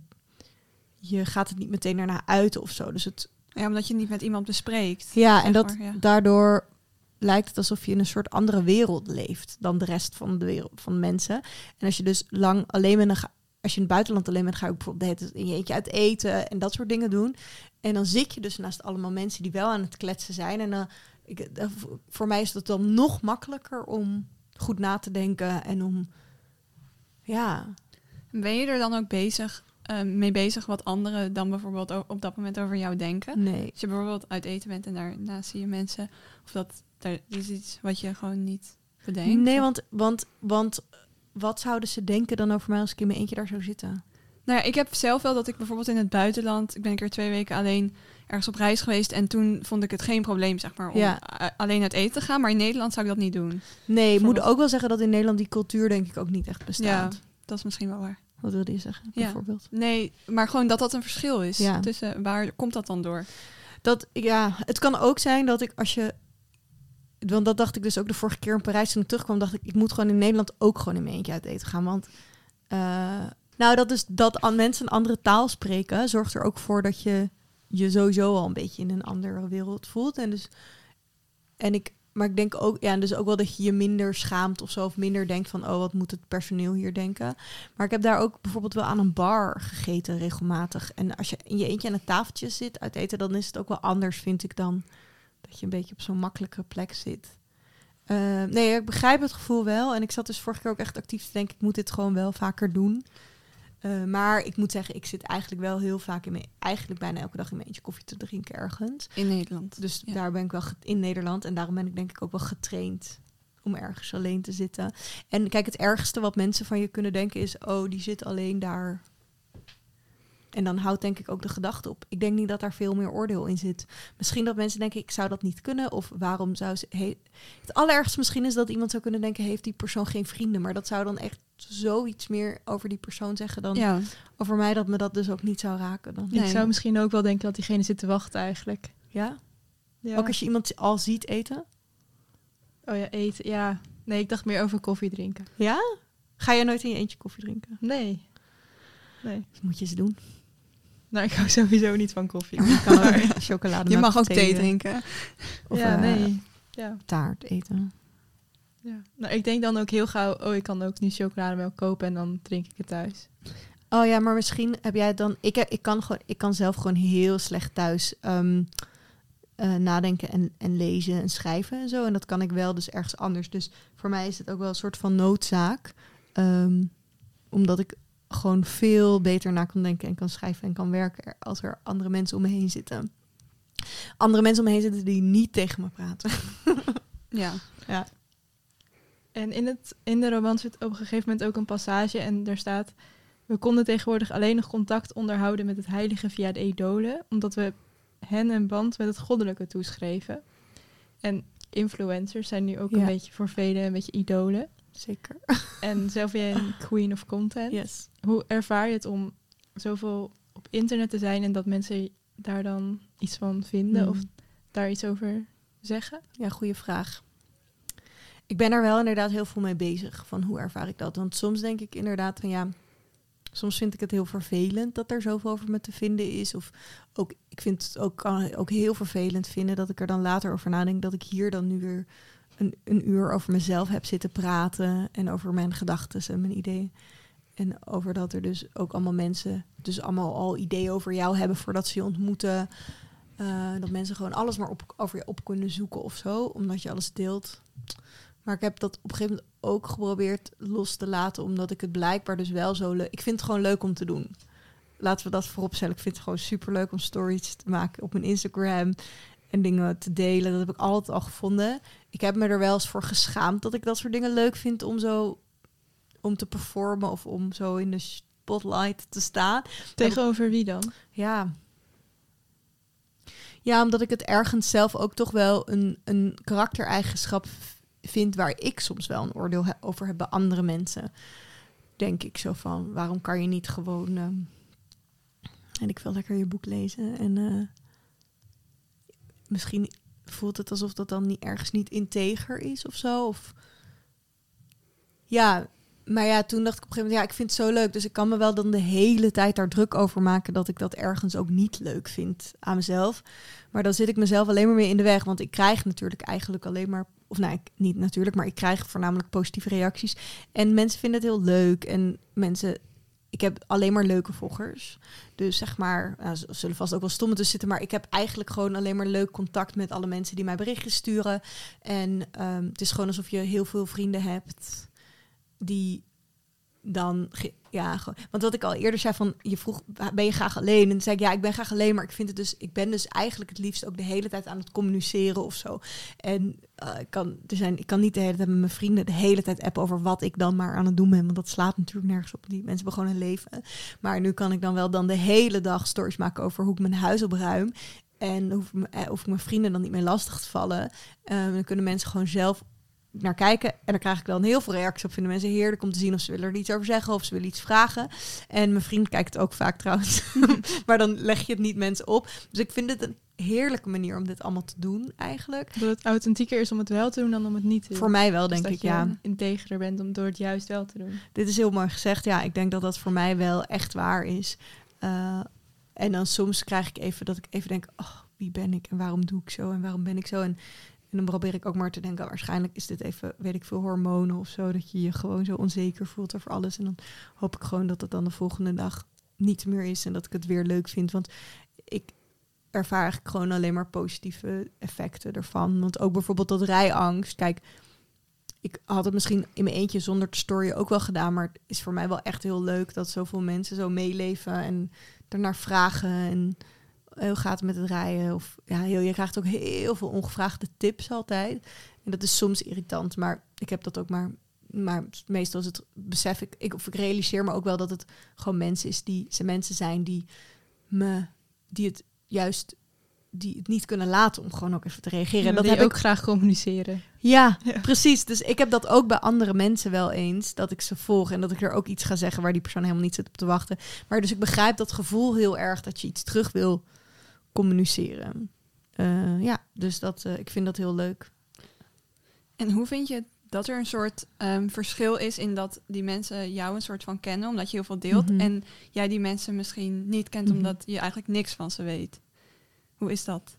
je gaat het niet meteen daarna uiten of zo. Dus het, Ja, omdat je niet met iemand bespreekt. ja, zeg en dat maar, ja. daardoor lijkt het alsof je in een soort andere wereld leeft dan de rest van de wereld van mensen. En als je dus lang alleen bent, dan ga, als je in het buitenland alleen bent, ga je ook bijvoorbeeld de hele tijd in je eentje uit eten en dat soort dingen doen. En dan zit je dus naast allemaal mensen die wel aan het kletsen zijn. En dan, ik, voor mij is het dan nog makkelijker om goed na te denken en om, ja. Ben je er dan ook bezig, uh, mee bezig wat anderen dan bijvoorbeeld o- op dat moment over jou denken? Nee. Als je bijvoorbeeld uit eten bent en daarna zie je mensen, of dat er is iets wat je gewoon niet bedenkt? Nee, Of- want, want, want wat zouden ze denken dan over mij als ik in mijn eentje daar zou zitten? Nou ja, ik heb zelf wel dat ik bijvoorbeeld in het buitenland, ik ben een keer twee weken alleen ergens op reis geweest en toen vond ik het geen probleem, zeg maar, om Ja. a- alleen uit eten te gaan. Maar in Nederland zou ik dat niet doen. Nee, ik moet Bijvoorbeeld- ook wel zeggen dat in Nederland die cultuur denk ik ook niet echt bestaat. Ja, dat is misschien wel waar. Wat wilde je zeggen, Ja. bijvoorbeeld? Nee, maar gewoon dat dat een verschil is. Ja. Tussen, waar komt dat dan door? Dat, ja, het kan ook zijn dat ik als je... Want dat dacht ik dus ook de vorige keer in Parijs toen ik terugkwam. Dacht ik, ik moet gewoon in Nederland ook gewoon in mijn eentje uit eten gaan. Want uh, nou, dat is dat an, mensen een andere taal spreken. Zorgt er ook voor dat je je sowieso al een beetje in een andere wereld voelt. En dus... En ik... Maar ik denk ook, ja, dus ook wel dat je je minder schaamt of zo. Of minder denkt van, oh, wat moet het personeel hier denken. Maar ik heb daar ook bijvoorbeeld wel aan een bar gegeten regelmatig. En als je in je eentje aan een tafeltje zit uit eten, dan is het ook wel anders, vind ik dan. Dat je een beetje op zo'n makkelijke plek zit. Uh, nee, ik begrijp het gevoel wel. En ik zat dus vorige keer ook echt actief te denken, ik moet dit gewoon wel vaker doen. Uh, maar ik moet zeggen, ik zit eigenlijk wel heel vaak in mijn, eigenlijk bijna elke dag in mijn eentje koffie te drinken ergens. In Nederland. Dus ja. daar ben ik wel get- in Nederland. En daarom ben ik denk ik ook wel getraind om ergens alleen te zitten. En kijk, het ergste wat mensen van je kunnen denken is, oh, die zit alleen daar. En dan houdt denk ik ook de gedachte op. Ik denk niet dat daar veel meer oordeel in zit. Misschien dat mensen denken, ik zou dat niet kunnen. Of waarom zou ze... He- het allerergste misschien is dat iemand zou kunnen denken, heeft die persoon geen vrienden? Maar dat zou dan echt zoiets meer over die persoon zeggen dan Ja. over mij, dat me dat dus ook niet zou raken. Dan. Nee. Ik zou misschien ook wel denken dat diegene zit te wachten eigenlijk. Ja? Ja. Ook als je iemand al ziet eten? Oh ja, eten. Ja. Nee, ik dacht meer over koffie drinken. Ja? Ga jij nooit in je eentje koffie drinken? Nee. Nee. Dat moet je eens doen. Nou, ik hou sowieso niet van koffie. Je kan ook chocolade Je mag ook thee thee drinken. Of ja, uh, nee. Ja. taart eten. ja. Nou, ik denk dan ook heel gauw, oh, ik kan ook nu chocolademelk kopen en dan drink ik het thuis. Oh ja, maar misschien heb jij het dan... Ik, heb, ik, kan, gewoon, ik kan zelf gewoon heel slecht thuis um, uh, nadenken en, en lezen en schrijven en zo. En dat kan ik wel dus ergens anders. Dus voor mij is het ook wel een soort van noodzaak. Um, omdat ik gewoon veel beter na kan denken en kan schrijven en kan werken als er andere mensen om me heen zitten. Andere mensen om me heen zitten die niet tegen me praten. Ja. Ja. En in, het, in de roman zit op een gegeven moment ook een passage en daar staat: we konden tegenwoordig alleen nog contact onderhouden met het heilige via de idolen, omdat we hen een band met het goddelijke toeschreven. En influencers zijn nu ook Ja. een beetje voor velen een beetje idolen. Zeker. En zelf ben je een queen of content. Yes. Hoe ervaar je het om zoveel op internet te zijn en dat mensen daar dan iets van vinden Hmm. of daar iets over zeggen? Ja, goede vraag. Ik ben er wel inderdaad heel veel mee bezig. Van hoe ervaar ik dat? Want soms denk ik inderdaad van ja... Soms vind ik het heel vervelend dat er zoveel over me te vinden is. Of ook, ik vind het ook, kan ook heel vervelend vinden dat ik er dan later over nadenk. Dat ik hier dan nu weer een, een uur over mezelf heb zitten praten. En over mijn gedachten en mijn ideeën. En over dat er dus ook allemaal mensen... Dus allemaal al ideeën over jou hebben voordat ze je ontmoeten. Uh, dat mensen gewoon alles maar op, over je op kunnen zoeken of zo. Omdat je alles deelt. Maar ik heb dat op een gegeven moment ook geprobeerd los te laten. Omdat ik het blijkbaar dus wel zo leuk... Ik vind het gewoon leuk om te doen. Laten we dat voorop stellen. Ik vind het gewoon superleuk om stories te maken op mijn Instagram. En dingen te delen. Dat heb ik altijd al gevonden. Ik heb me er wel eens voor geschaamd dat ik dat soort dingen leuk vind. Om zo... Om te performen of om zo in de spotlight te staan. Tegenover wie dan? Ja. Ja, omdat ik het ergens zelf ook toch wel een, een karaktereigenschap vind waar ik soms wel een oordeel he- over heb bij andere mensen. Denk ik zo van, waarom kan je niet gewoon... Uh, en ik wil lekker je boek lezen. En uh, misschien voelt het alsof dat dan niet ergens niet integer is of zo. Of ja... Maar ja, toen dacht ik op een gegeven moment, ja, ik vind het zo leuk. Dus ik kan me wel dan de hele tijd daar druk over maken dat ik dat ergens ook niet leuk vind aan mezelf. Maar dan zit ik mezelf alleen maar mee in de weg. Want ik krijg natuurlijk eigenlijk alleen maar, of nou, ik, niet natuurlijk, maar ik krijg voornamelijk positieve reacties. En mensen vinden het heel leuk. En mensen, ik heb alleen maar leuke volgers. Dus zeg maar, nou, er zullen vast ook wel stommen tussen zitten. Maar ik heb eigenlijk gewoon alleen maar leuk contact met alle mensen die mij berichtjes sturen. En um, het is gewoon alsof je heel veel vrienden hebt die dan, ja, gewoon, want wat ik al eerder zei van, je vroeg, ben je graag alleen? En toen zei ik, ja, ik ben graag alleen, maar ik vind het dus, ik ben dus eigenlijk het liefst ook de hele tijd aan het communiceren of zo. En uh, ik kan, er zijn, ik kan niet de hele tijd met mijn vrienden de hele tijd appen over wat ik dan maar aan het doen ben, want dat slaat natuurlijk nergens op. Die mensen hebben gewoon een leven. Maar nu kan ik dan wel dan de hele dag stories maken over hoe ik mijn huis opruim. En hoef, hoef ik mijn vrienden dan niet meer lastig te vallen. Uh, dan kunnen mensen gewoon zelf naar kijken. En daar krijg ik dan heel veel reacties op. Vinden mensen heerlijk om te zien of ze willen er iets over zeggen of ze willen iets vragen. En mijn vriend kijkt het ook vaak trouwens. Maar dan leg je het niet mensen op. Dus ik vind het een heerlijke manier om dit allemaal te doen eigenlijk. Dat het authentieker is om het wel te doen dan om het niet te doen. Voor mij wel, Dus denk dat ik, je ja. integerer bent om door het juist wel te doen. Dit is heel mooi gezegd. Ja, ik denk dat dat voor mij wel echt waar is. Uh, en dan soms krijg ik even dat ik even denk, oh, wie ben ik en waarom doe ik zo en waarom ben ik zo? En, en dan probeer ik ook maar te denken, waarschijnlijk is dit even, weet ik veel, hormonen of zo, dat je je gewoon zo onzeker voelt over alles. En dan hoop ik gewoon dat het dan de volgende dag niet meer is en dat ik het weer leuk vind. Want ik ervaar eigenlijk gewoon alleen maar positieve effecten ervan. Want ook bijvoorbeeld dat rijangst. Kijk, ik had het misschien in mijn eentje zonder de story ook wel gedaan, maar het is voor mij wel echt heel leuk dat zoveel mensen zo meeleven en ernaar vragen en hoe gaat het met het rijden? Of ja, heel, je krijgt ook heel veel ongevraagde tips altijd. En dat is soms irritant, maar ik heb dat ook maar. Maar meestal is het besef ik, ik of ik realiseer me ook wel dat het gewoon mensen is die ze mensen zijn die me die het juist die het niet kunnen laten om gewoon ook even te reageren. Ja, en dat die heb ook ik graag communiceren. Ja, Ja, precies. Dus ik heb dat ook bij andere mensen wel eens, dat ik ze volg en dat ik er ook iets ga zeggen waar die persoon helemaal niet zit op te wachten. Maar dus ik begrijp dat gevoel heel erg dat je iets terug wil communiceren. Uh, ja, dus dat, uh, ik vind dat heel leuk. En hoe vind je dat er een soort um, verschil is in dat die mensen jou een soort van kennen, omdat je heel veel deelt, Mm-hmm. en jij die mensen misschien niet kent, Mm-hmm. omdat je eigenlijk niks van ze weet? Hoe is dat?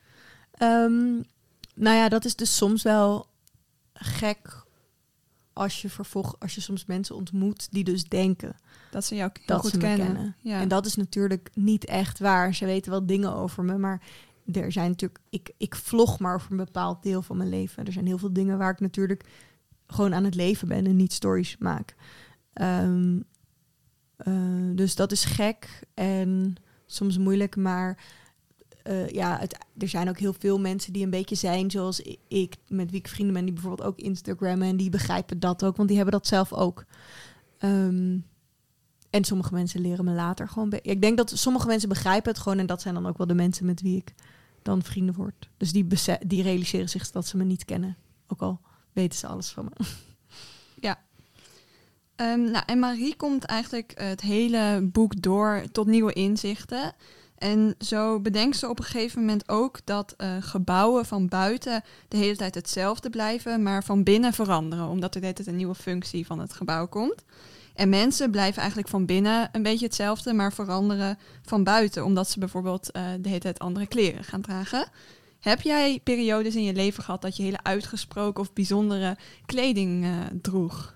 Um, nou ja, dat is dus soms wel gek als je vervolg, als je soms mensen ontmoet die dus denken Dat ze jou heel dat goed ze me kennen. kennen. Ja. En dat is natuurlijk niet echt waar. Ze weten wel dingen over me, maar er zijn natuurlijk, ik, ik vlog maar over een bepaald deel van mijn leven. Er zijn heel veel dingen waar ik natuurlijk gewoon aan het leven ben en niet stories maak. Um, uh, dus dat is gek en soms moeilijk, maar Uh, ja, het, er zijn ook heel veel mensen die een beetje zijn zoals ik, met wie ik vrienden ben, die bijvoorbeeld ook Instagrammen en die begrijpen dat ook, want die hebben dat zelf ook. Um, en sommige mensen leren me later gewoon. Be- ik denk dat sommige mensen begrijpen het gewoon en dat zijn dan ook wel de mensen met wie ik dan vrienden word. Dus die, bese- die realiseren zich dat ze me niet kennen, ook al weten ze alles van me. Ja. Um, nou, en Marie komt eigenlijk het hele boek door tot nieuwe inzichten. En zo bedenkt ze op een gegeven moment ook dat uh, gebouwen van buiten de hele tijd hetzelfde blijven, maar van binnen veranderen, omdat er de hele tijd een nieuwe functie van het gebouw komt. En mensen blijven eigenlijk van binnen een beetje hetzelfde, maar veranderen van buiten, omdat ze bijvoorbeeld uh, de hele tijd andere kleren gaan dragen. Heb jij periodes in je leven gehad dat je hele uitgesproken of bijzondere kleding uh, droeg?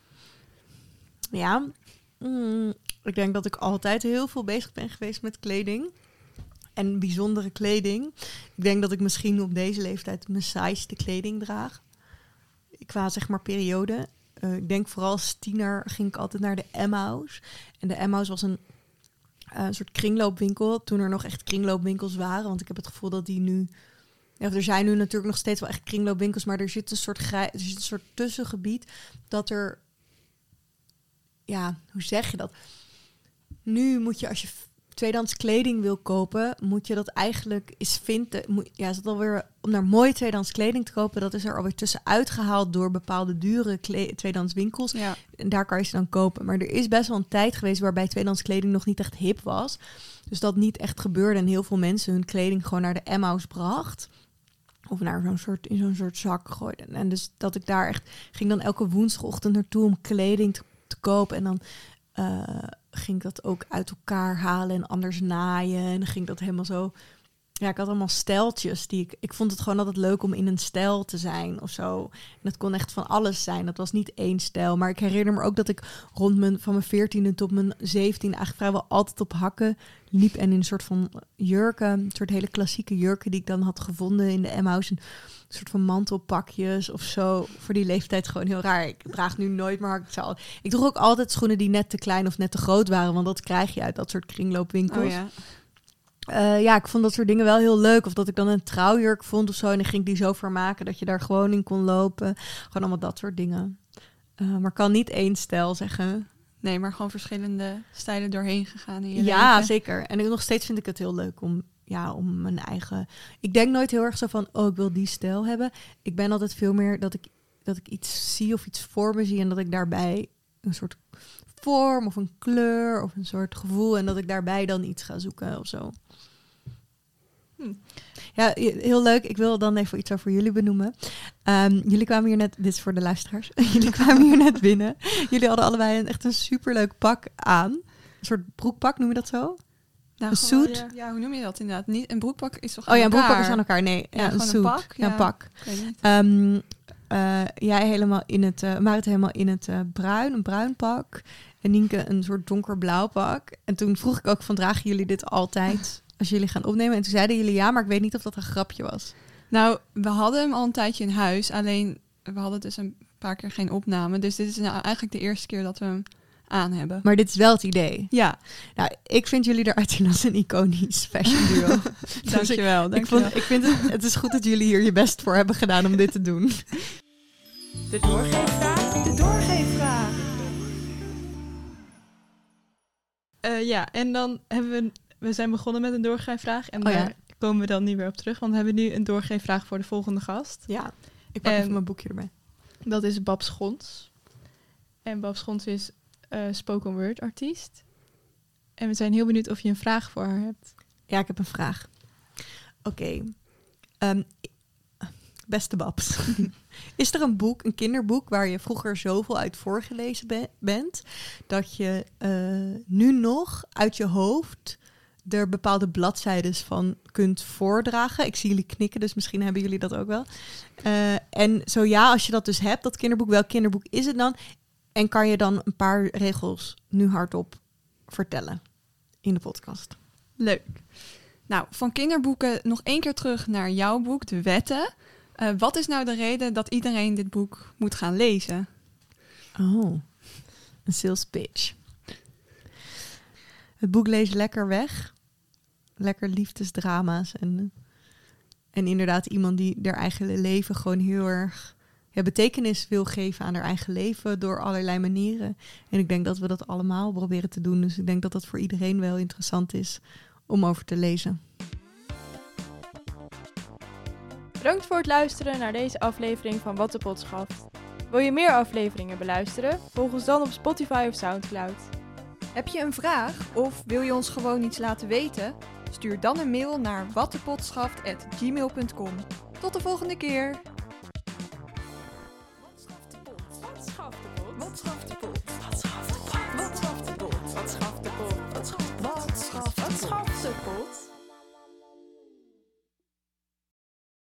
Ja, mm, ik denk dat ik altijd heel veel bezig ben geweest met kleding. En bijzondere kleding. Ik denk dat ik misschien op deze leeftijd mijn saaiste kleding draag. Qua zeg maar periode. Uh, ik denk vooral als tiener ging ik altijd naar de Emmaus. En de Emmaus was een uh, soort kringloopwinkel. Toen er nog echt kringloopwinkels waren. Want ik heb het gevoel dat die nu... Ja, er zijn nu natuurlijk nog steeds wel echt kringloopwinkels. Maar er zit een soort, grij, er zit een soort tussengebied dat er... Ja, hoe zeg je dat? Nu moet je, als je tweedehands kleding wil kopen, moet je dat eigenlijk eens vinden. Moet, ja, is het alweer om naar mooie tweedehands kleding te kopen? Dat is er alweer tussenuit gehaald door bepaalde dure kle- tweedehands winkels. Ja. En daar kan je ze dan kopen. Maar er is best wel een tijd geweest waarbij tweedehands kleding nog niet echt hip was. Dus dat niet echt gebeurde en heel veel mensen hun kleding gewoon naar de Emmaus bracht. Of naar zo'n soort, in zo'n soort zak gooiden. En dus dat ik daar echt ging dan elke woensdagochtend naartoe om kleding te te koop. En dan uh, ging ik dat ook uit elkaar halen en anders naaien. En dan ging dat helemaal zo... Ja, ik had allemaal steltjes. Die ik, ik vond het gewoon altijd leuk om in een stijl te zijn of zo. En dat kon echt van alles zijn. Dat was niet één stijl. Maar ik herinner me ook dat ik rond mijn, van mijn veertiende tot mijn zeventiende eigenlijk vrijwel altijd op hakken liep. En in een soort van jurken, een soort hele klassieke jurken die ik dan had gevonden in de Emmaus. Een soort van mantelpakjes of zo. Voor die leeftijd gewoon heel raar. Ik draag nu nooit meer hakken. Ik, al... ik droeg ook altijd schoenen die net te klein of net te groot waren. Want dat krijg je uit dat soort kringloopwinkels. Oh ja. Uh, ja, ik vond dat soort dingen wel heel leuk. Of dat ik dan een trouwjurk vond of zo. En dan ging ik die zo vermaken dat je daar gewoon in kon lopen. Gewoon allemaal dat soort dingen. Uh, maar ik kan niet één stijl zeggen. Nee, maar gewoon verschillende stijlen doorheen gegaan in je Ja, leven. zeker. En ik, nog steeds vind ik het heel leuk om, ja, om mijn eigen... Ik denk nooit heel erg zo van, oh, ik wil die stijl hebben. Ik ben altijd veel meer dat ik, dat ik iets zie of iets voor me zie en dat ik daarbij een soort vorm of een kleur of een soort gevoel en dat ik daarbij dan iets ga zoeken of zo. Hm. Ja, heel leuk. Ik wil dan even iets over jullie benoemen. Um, jullie kwamen hier net, dit is voor de luisteraars, jullie kwamen hier net binnen. Jullie hadden allebei een, echt een superleuk pak aan. Een soort broekpak, noem je dat zo? Nou, een gewoon, suit? Ja. ja, hoe noem je dat inderdaad? Niet, een broekpak is toch Oh ja, een elkaar? broekpak is aan elkaar. Nee, ja, Ja, een gewoon suit. een pak, Ja, ja. een pak. Ik weet niet. Um, uh, jij helemaal in het, uh, Marit helemaal in het uh, bruin, een bruin pak. En Nienke een soort donkerblauw pak. En toen vroeg ik ook van, dragen jullie dit altijd als jullie gaan opnemen? En toen zeiden jullie ja, maar ik weet niet of dat een grapje was. Nou, we hadden hem al een tijdje in huis. Alleen, we hadden dus een paar keer geen opname. Dus dit is nou eigenlijk de eerste keer dat we hem aan hebben. Maar dit is wel het idee. Ja. Nou, ik vind jullie eruit zien als een iconisch fashion duo. Dus Dankjewel. ik, dankjewel. ik, vond, ik vind het, het is goed dat jullie hier je best voor hebben gedaan om dit te doen. De doorgeefvraag. De doorgeefvraag. Uh, ja, en dan hebben we... We zijn begonnen met een doorgeefvraag. En Oh, ja. daar komen we dan niet weer op terug. Want we hebben nu een doorgeefvraag voor de volgende gast. Ja, ik pak En- even mijn boekje erbij. Dat is Bab Schons. En Bab Schons is uh, spoken word artiest. En we zijn heel benieuwd of je een vraag voor haar hebt. Ja, ik heb een vraag. Oké. Okay. Um, beste Babs. Is er een boek, een kinderboek, waar je vroeger zoveel uit voorgelezen be- bent, dat je uh, nu nog uit je hoofd er bepaalde bladzijden van kunt voordragen? Ik zie jullie knikken, dus misschien hebben jullie dat ook wel. Uh, en zo ja, als je dat dus hebt, dat kinderboek, welk kinderboek is het dan? En kan je dan een paar regels nu hardop vertellen in de podcast? Leuk. Nou, van kinderboeken nog één keer terug naar jouw boek, De Wetten. Uh, wat is nou de reden dat iedereen dit boek moet gaan lezen? Oh, een sales pitch. Het boek leest lekker weg. Lekker liefdesdrama's. En, en inderdaad iemand die haar eigen leven gewoon heel erg ja, betekenis wil geven aan haar eigen leven door allerlei manieren. En ik denk dat we dat allemaal proberen te doen. Dus ik denk dat dat voor iedereen wel interessant is om over te lezen. Bedankt voor het luisteren naar deze aflevering van Wat de Pot Schaft. Wil je meer afleveringen beluisteren? Volg ons dan op Spotify of Soundcloud. Heb je een vraag of wil je ons gewoon iets laten weten? Stuur dan een mail naar wattepotschaft at gmail punt com. Tot de volgende keer! Wat schaft de pot? Wat schaft de pot? Wat schaft de pot?